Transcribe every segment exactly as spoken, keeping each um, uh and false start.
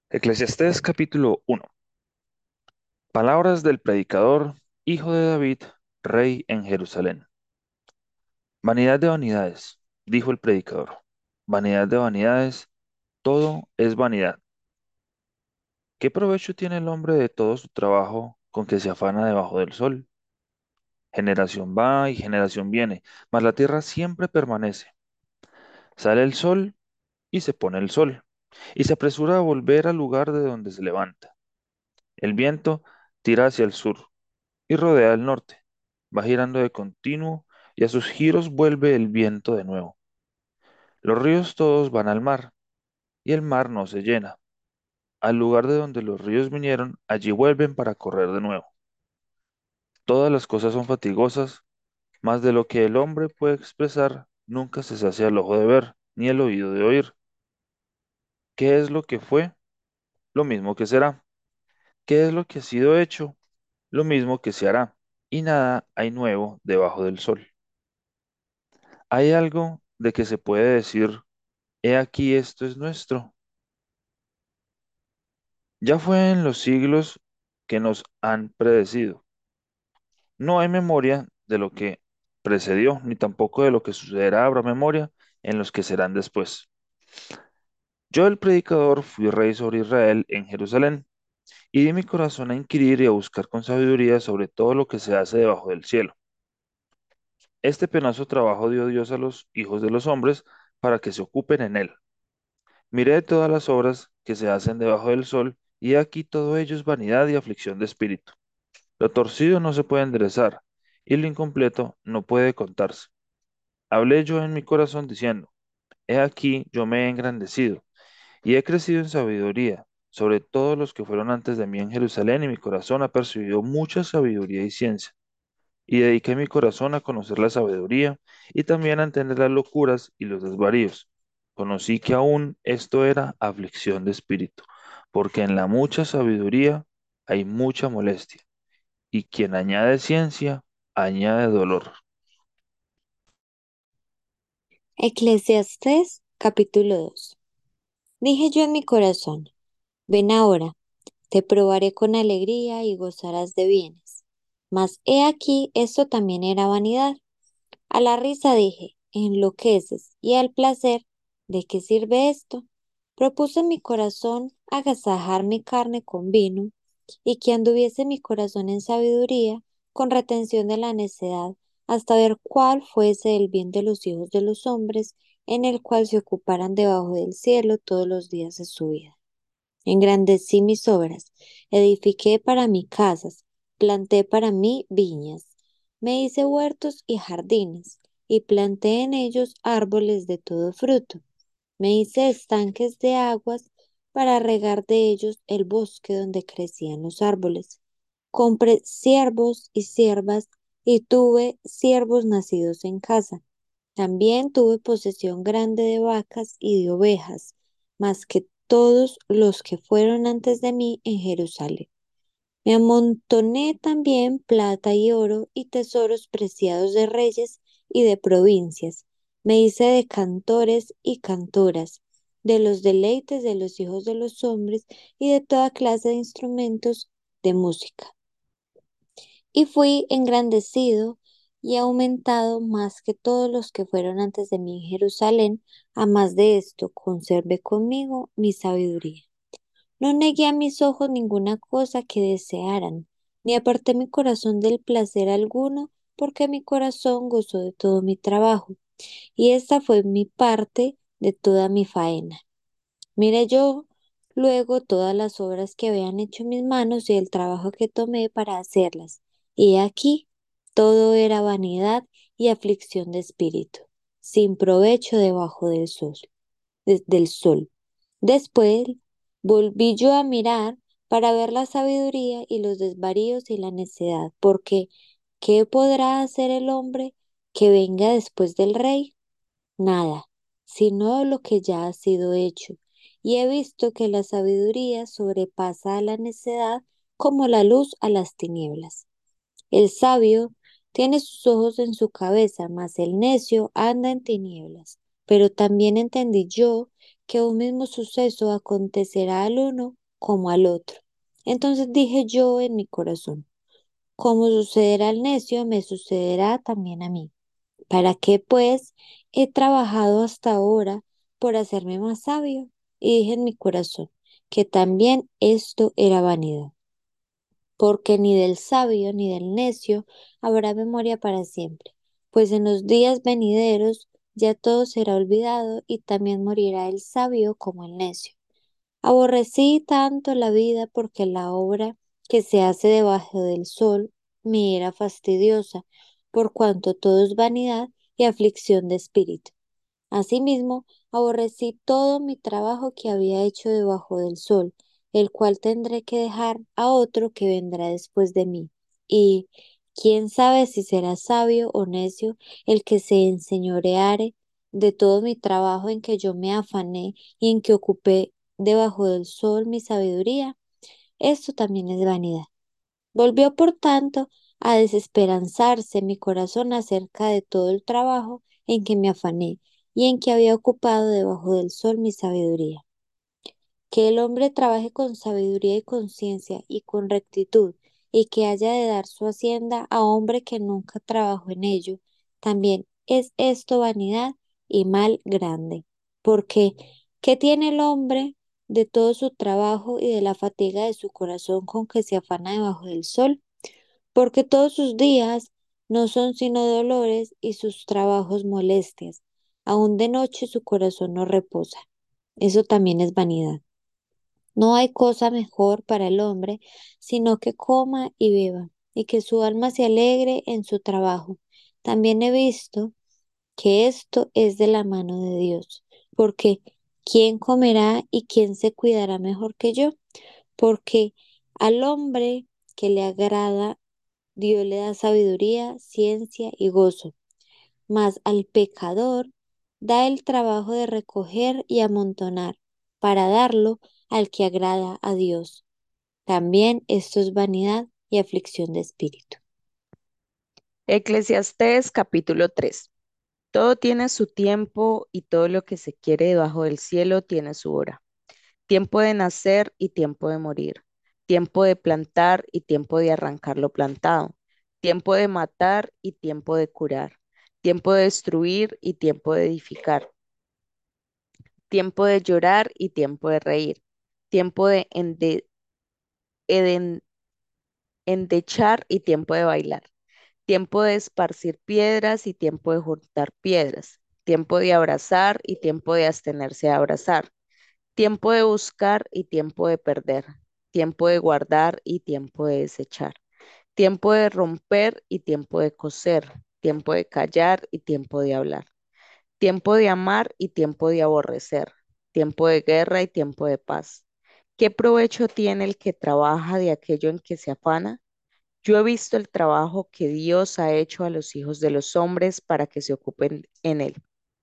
Eclesiastés capítulo uno. Palabras del predicador, hijo de David, rey en Jerusalén. Vanidad de vanidades, dijo el predicador. Vanidad de vanidades, todo es vanidad. ¿Qué provecho tiene el hombre de todo su trabajo con que se afana debajo del sol? Generación va y generación viene, mas la tierra siempre permanece. Sale el sol y se pone el sol, y se apresura a volver al lugar de donde se levanta. El viento tira hacia el sur y rodea el norte. Va girando de continuo y a sus giros vuelve el viento de nuevo. Los ríos todos van al mar y el mar no se llena. Al lugar de donde los ríos vinieron, allí vuelven para correr de nuevo. Todas las cosas son fatigosas, más de lo que el hombre puede expresar, nunca se sacia el ojo de ver, ni el oído de oír. ¿Qué es lo que fue? Lo mismo que será. ¿Qué es lo que ha sido hecho? Lo mismo que se hará. Y nada hay nuevo debajo del sol. ¿Hay algo de que se puede decir: he aquí esto es nuestro? Ya fue en los siglos que nos han predecido. No hay memoria de lo que precedió, ni tampoco de lo que sucederá habrá memoria en los que serán después. Yo, el predicador, fui rey sobre Israel en Jerusalén, y di mi corazón a inquirir y a buscar con sabiduría sobre todo lo que se hace debajo del cielo. Este penoso trabajo dio Dios a los hijos de los hombres para que se ocupen en él. Miré todas las obras que se hacen debajo del sol, y he aquí todo ello es vanidad y aflicción de espíritu. Lo torcido no se puede enderezar, y lo incompleto no puede contarse. Hablé yo en mi corazón diciendo: he aquí yo me he engrandecido, y he crecido en sabiduría sobre todos los que fueron antes de mí en Jerusalén, y mi corazón ha percibido mucha sabiduría y ciencia. Y dediqué mi corazón a conocer la sabiduría, y también a entender las locuras y los desvaríos. Conocí que aún esto era aflicción de espíritu, porque en la mucha sabiduría hay mucha molestia, y quien añade ciencia, añade dolor. Eclesiastés capítulo dos. Dije yo en mi corazón, ven ahora, te probaré con alegría y gozarás de bienes. Mas he aquí, esto también era vanidad. A la risa dije, enloqueces, y al placer, ¿de qué sirve esto? Propuse en mi corazón agasajar mi carne con vino, y que anduviese mi corazón en sabiduría, con retención de la necedad, hasta ver cuál fuese el bien de los hijos de los hombres, en el cual se ocuparan debajo del cielo todos los días de su vida. Engrandecí mis obras, edifiqué para mí casas, planté para mí viñas, me hice huertos y jardines, y planté en ellos árboles de todo fruto. Me hice estanques de aguas para regar de ellos el bosque donde crecían los árboles. Compré siervos y siervas y tuve siervos nacidos en casa. También tuve posesión grande de vacas y de ovejas, más que todos los que fueron antes de mí en Jerusalén. Me amontoné también plata y oro y tesoros preciados de reyes y de provincias. Me hice de cantores y cantoras, de los deleites de los hijos de los hombres y de toda clase de instrumentos de música. Y fui engrandecido y aumentado más que todos los que fueron antes de mí en Jerusalén. A más de esto, conservé conmigo mi sabiduría. No negué a mis ojos ninguna cosa que desearan, ni aparté mi corazón del placer alguno, porque mi corazón gozó de todo mi trabajo, y esta fue mi parte de toda mi faena. Miré yo luego todas las obras que habían hecho mis manos y el trabajo que tomé para hacerlas, y he aquí todo era vanidad y aflicción de espíritu, sin provecho debajo del sol de- del sol. Después volví yo a mirar para ver la sabiduría y los desvaríos y la necedad, porque ¿qué podrá hacer el hombre que venga después del rey? Nada, sino lo que ya ha sido hecho. Y he visto que la sabiduría sobrepasa a la necedad como la luz a las tinieblas. El sabio tiene sus ojos en su cabeza, mas el necio anda en tinieblas. Pero también entendí yo que un mismo suceso acontecerá al uno como al otro. Entonces dije yo en mi corazón, como sucederá al necio, me sucederá también a mí. ¿Para qué, pues, he trabajado hasta ahora por hacerme más sabio? Y dije en mi corazón que también esto era vanidad, porque ni del sabio ni del necio habrá memoria para siempre, pues en los días venideros ya todo será olvidado y también morirá el sabio como el necio. Aborrecí tanto la vida porque la obra que se hace debajo del sol me era fastidiosa, por cuanto todo es vanidad y aflicción de espíritu. Asimismo, aborrecí todo mi trabajo que había hecho debajo del sol, el cual tendré que dejar a otro que vendrá después de mí. Y quién sabe si será sabio o necio el que se enseñoreare de todo mi trabajo en que yo me afané y en que ocupé debajo del sol mi sabiduría. Esto también es vanidad. Volvió, por tanto, a desesperanzarse mi corazón acerca de todo el trabajo en que me afané y en que había ocupado debajo del sol mi sabiduría. Que el hombre trabaje con sabiduría y conciencia y con rectitud, y que haya de dar su hacienda a hombre que nunca trabajó en ello, también es esto vanidad y mal grande. Porque, ¿qué tiene el hombre de todo su trabajo y de la fatiga de su corazón con que se afana debajo del sol? Porque todos sus días no son sino dolores y sus trabajos molestias. Aun de noche su corazón no reposa. Eso también es vanidad. No hay cosa mejor para el hombre, sino que coma y beba, y que su alma se alegre en su trabajo. También he visto que esto es de la mano de Dios, porque ¿quién comerá y quién se cuidará mejor que yo? Porque al hombre que le agrada, Dios le da sabiduría, ciencia y gozo, mas al pecador da el trabajo de recoger y amontonar para darlo al que agrada a Dios. También esto es vanidad y aflicción de espíritu. Eclesiastés capítulo tres. Todo tiene su tiempo y todo lo que se quiere debajo del cielo tiene su hora. Tiempo de nacer y tiempo de morir. Tiempo de plantar y tiempo de arrancar lo plantado. Tiempo de matar y tiempo de curar. Tiempo de destruir y tiempo de edificar. Tiempo de llorar y tiempo de reír. Tiempo de ende- eden- endechar y tiempo de bailar. Tiempo de esparcir piedras y tiempo de juntar piedras, tiempo de abrazar y tiempo de abstenerse de abrazar, tiempo de buscar y tiempo de perder, tiempo de guardar y tiempo de desechar, tiempo de romper y tiempo de coser, tiempo de callar y tiempo de hablar, tiempo de amar y tiempo de aborrecer, tiempo de guerra y tiempo de paz. ¿Qué provecho tiene el que trabaja de aquello en que se afana? Yo he visto el trabajo que Dios ha hecho a los hijos de los hombres para que se ocupen en él.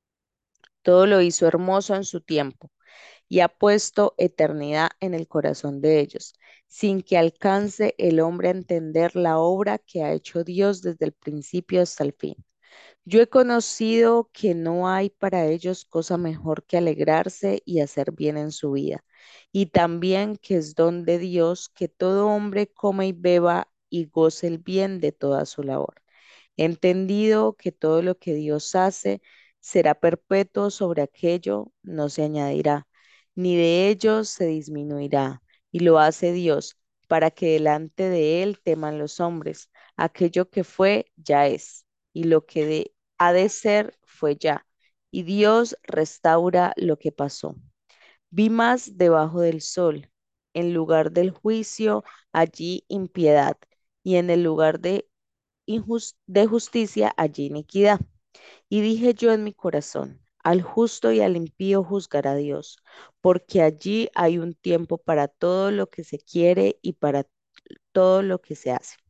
Todo lo hizo hermoso en su tiempo y ha puesto eternidad en el corazón de ellos, sin que alcance el hombre a entender la obra que ha hecho Dios desde el principio hasta el fin. Yo he conocido que no hay para ellos cosa mejor que alegrarse y hacer bien en su vida, y también que es don de Dios que todo hombre coma y beba y goce el bien de toda su labor. He entendido que todo lo que Dios hace será perpetuo sobre aquello, no se añadirá, ni de ello se disminuirá, y lo hace Dios, para que delante de él teman los hombres. Aquello que fue, ya es, y lo que de- ha de ser, fue ya, y Dios restaura lo que pasó. Vi más debajo del sol, en lugar del juicio, allí impiedad, y en el lugar de injus- de justicia allí iniquidad. Y dije yo en mi corazón, al justo y al impío juzgará Dios, porque allí hay un tiempo para todo lo que se quiere y para todo lo que se hace.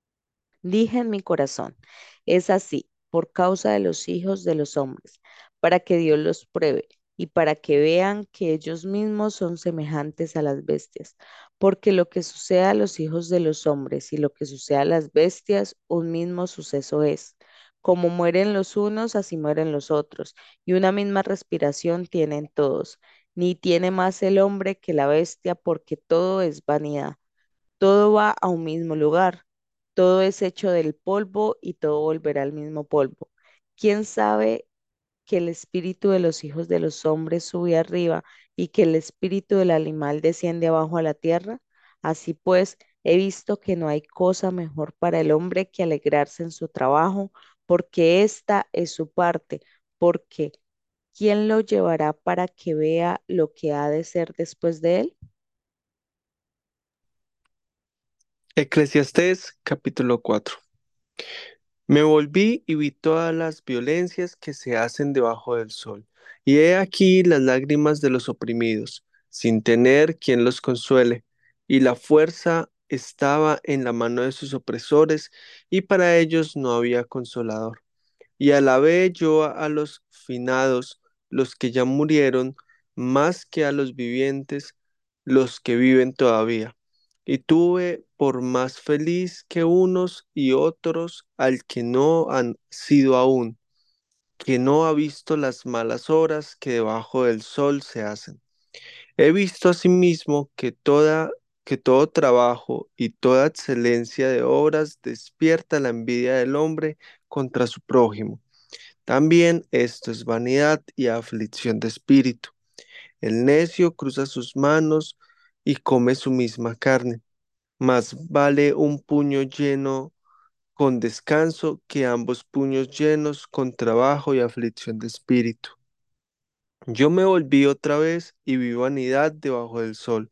Dije en mi corazón, es así, por causa de los hijos de los hombres, para que Dios los pruebe y para que vean que ellos mismos son semejantes a las bestias, porque lo que sucede a los hijos de los hombres y lo que sucede a las bestias, un mismo suceso es. Como mueren los unos, así mueren los otros, y una misma respiración tienen todos. ni tiene más el hombre que la bestia, porque todo es vanidad. Todo va a un mismo lugar, todo es hecho del polvo y todo volverá al mismo polvo. ¿Quién sabe que el espíritu de los hijos de los hombres sube arriba y que el espíritu del animal desciende abajo a la tierra? Así pues, he visto que no hay cosa mejor para el hombre que alegrarse en su trabajo, porque esta es su parte, porque ¿quién lo llevará para que vea lo que ha de ser después de él? Eclesiastés capítulo cuatro. Me volví y vi todas las violencias que se hacen debajo del sol, y he aquí las lágrimas de los oprimidos, sin tener quien los consuele, y la fuerza estaba en la mano de sus opresores, y para ellos no había consolador. Y alabé yo a los finados, los que ya murieron, más que a los vivientes, los que viven todavía. Y tuve por más feliz que unos y otros al que no han sido aún, que no ha visto las malas horas que debajo del sol se hacen. He visto asimismo que toda que todo trabajo y toda excelencia de obras despierta la envidia del hombre contra su prójimo. También esto es vanidad y aflicción de espíritu. El necio cruza sus manos y come su misma carne. Más vale un puño lleno con descanso que ambos puños llenos con trabajo y aflicción de espíritu. Yo me volví otra vez y vi vanidad debajo del sol.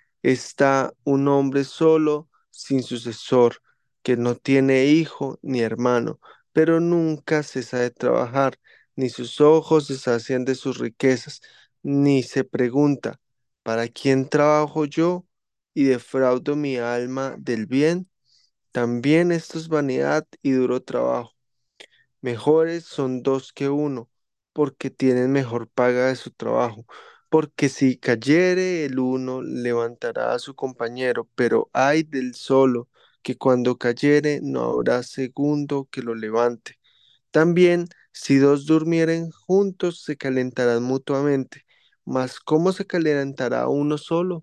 Está un hombre solo, sin sucesor, que no tiene hijo ni hermano, pero nunca cesa de trabajar, ni sus ojos se sacian de sus riquezas, ni se pregunta, ¿para quién trabajo yo y defraudo mi alma del bien? También esto es vanidad y duro trabajo. Mejores son dos que uno, porque tienen mejor paga de su trabajo. Porque si cayere el uno, levantará a su compañero, pero ay del solo, que cuando cayere no habrá segundo que lo levante. También, si dos durmieren juntos, se calentarán mutuamente. Mas ¿cómo se calentará uno solo?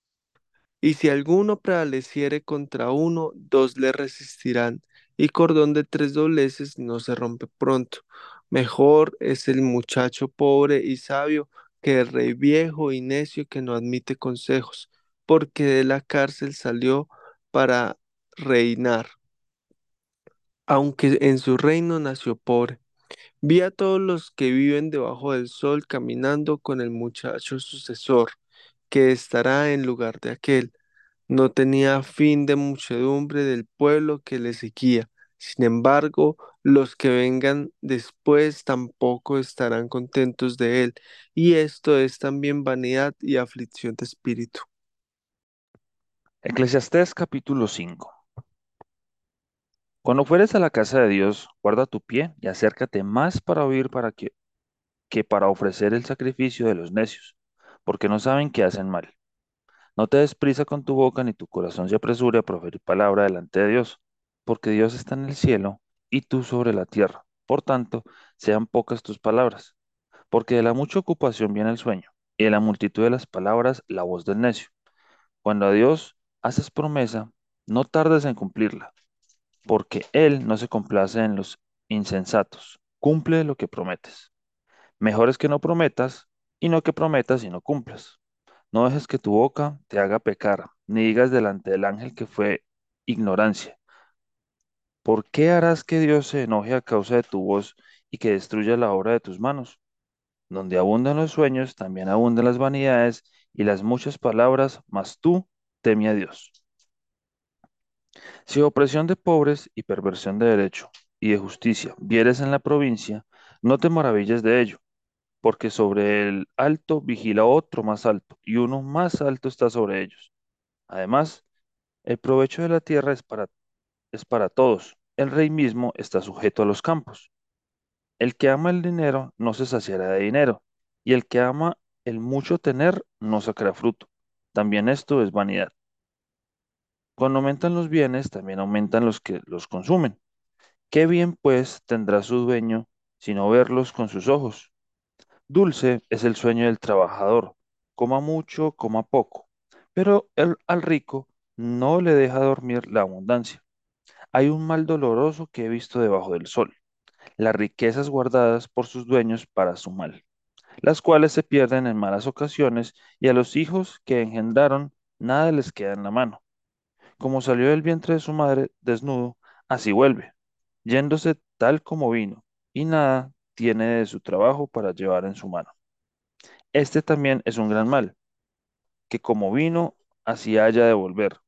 Y si alguno prevaleciere contra uno, dos le resistirán, y cordón de tres dobleces no se rompe pronto. Mejor es el muchacho pobre y sabio que el rey viejo y necio que no admite consejos, porque de la cárcel salió para reinar, aunque en su reino nació pobre. Vi a todos los que viven debajo del sol caminando con el muchacho sucesor, que estará en lugar de aquel. No tenía fin de muchedumbre del pueblo que le seguía. Sin embargo, los que vengan después tampoco estarán contentos de él, y esto es también vanidad y aflicción de espíritu. Eclesiastés capítulo cinco. Cuando fueres a la casa de Dios, guarda tu pie y acércate más para oír para que, que para ofrecer el sacrificio de los necios, porque no saben que hacen mal. No te des prisa con tu boca ni tu corazón se apresure a proferir palabra delante de Dios, porque Dios está en el cielo y tú sobre la tierra. Por tanto, sean pocas tus palabras, porque de la mucha ocupación viene el sueño, y de la multitud de las palabras la voz del necio. Cuando a Dios haces promesa, no tardes en cumplirla, porque Él no se complace en los insensatos. Cumple lo que prometes. Mejor es que no prometas, y no que prometas y no cumplas. No dejes que tu boca te haga pecar, ni digas delante del ángel que fue ignorancia. ¿Por qué harás que Dios se enoje a causa de tu voz y que destruya la obra de tus manos? Donde abundan los sueños, también abundan las vanidades y las muchas palabras, mas tú teme a Dios. Si opresión de pobres y perversión de derecho y de justicia vieres en la provincia, no te maravilles de ello, porque sobre el alto vigila otro más alto, y uno más alto está sobre ellos. Además, el provecho de la tierra es para, es para todos. El rey mismo está sujeto a los campos. El que ama el dinero no se saciará de dinero, y el que ama el mucho tener no sacará fruto. También esto es vanidad. Cuando aumentan los bienes, también aumentan los que los consumen. ¿Qué bien pues tendrá su dueño sino verlos con sus ojos? Dulce es el sueño del trabajador, coma mucho, coma poco, pero el- al rico no le deja dormir la abundancia. Hay un mal doloroso que he visto debajo del sol, las riquezas guardadas por sus dueños para su mal, las cuales se pierden en malas ocasiones y a los hijos que engendraron nada les queda en la mano. Como salió del vientre de su madre desnudo, así vuelve, yéndose tal como vino, y nada tiene de su trabajo para llevar en su mano. Este también es un gran mal, que como vino, así haya de volver.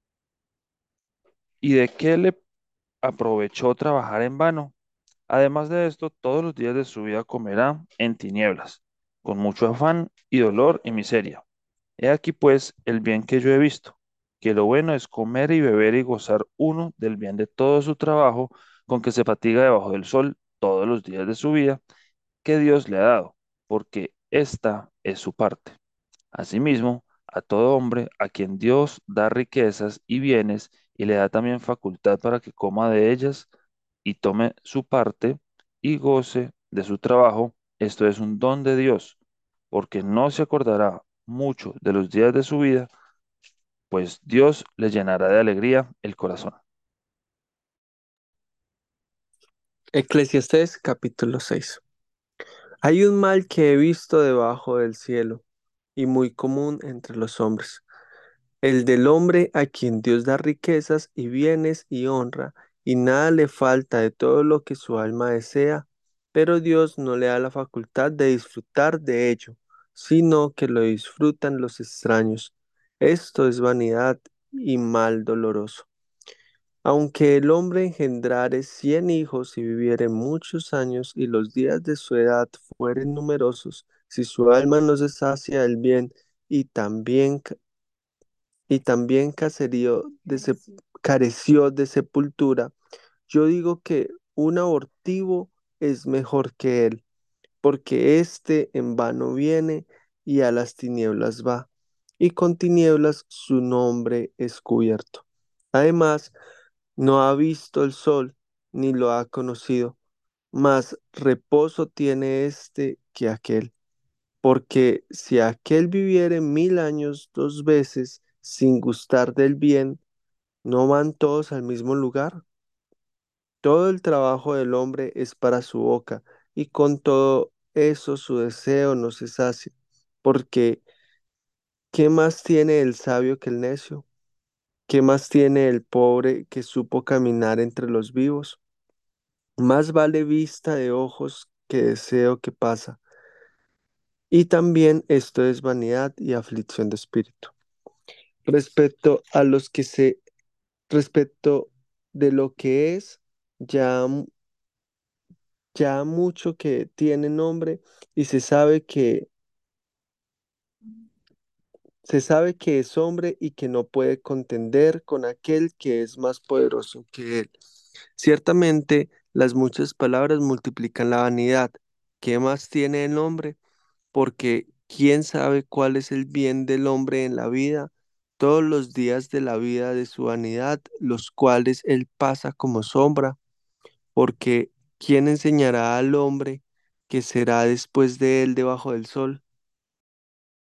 ¿Y de qué le aprovechó trabajar en vano? Además de esto, todos los días de su vida comerá en tinieblas, con mucho afán y dolor y miseria. He aquí pues el bien que yo he visto, que lo bueno es comer y beber y gozar uno del bien de todo su trabajo, con que se fatiga debajo del sol todos los días de su vida, que Dios le ha dado, porque esta es su parte. Asimismo, a todo hombre a quien Dios da riquezas y bienes y le da también facultad para que coma de ellas y tome su parte y goce de su trabajo, esto es un don de Dios, porque no se acordará mucho de los días de su vida, pues Dios le llenará de alegría el corazón. Eclesiastés capítulo seis. Hay un mal que he visto debajo del cielo y muy común entre los hombres, el del hombre a quien Dios da riquezas y bienes y honra, y nada le falta de todo lo que su alma desea, pero Dios no le da la facultad de disfrutar de ello, sino que lo disfrutan los extraños. Esto es vanidad y mal doloroso. Aunque el hombre engendrare cien hijos y viviere muchos años y los días de su edad fueren numerosos, si su alma no se sacia del bien y también, ca- y también caserío de sep- careció de sepultura, yo digo que un abortivo es mejor que él, porque éste en vano viene y a las tinieblas va, y con tinieblas su nombre es cubierto. Además, no ha visto el sol, ni lo ha conocido, más reposo tiene este que aquel. Porque si aquel viviere mil años dos veces sin gustar del bien, ¿no van todos al mismo lugar? Todo el trabajo del hombre es para su boca, y con todo eso su deseo no se sacia. Porque, ¿qué más tiene el sabio que el necio? ¿Qué más tiene el pobre que supo caminar entre los vivos? Más vale vista de ojos que deseo que pasa. Y también esto es vanidad y aflicción de espíritu. Respecto a los que se, respecto de lo que es, ya, mu- ya mucho que tiene nombre y se sabe que, se sabe que es hombre y que no puede contender con aquel que es más poderoso que él. Ciertamente, las muchas palabras multiplican la vanidad. ¿Qué más tiene el hombre? Porque quién sabe cuál es el bien del hombre en la vida, todos los días de la vida de su vanidad, los cuales él pasa como sombra, porque quién enseñará al hombre que será después de él debajo del sol.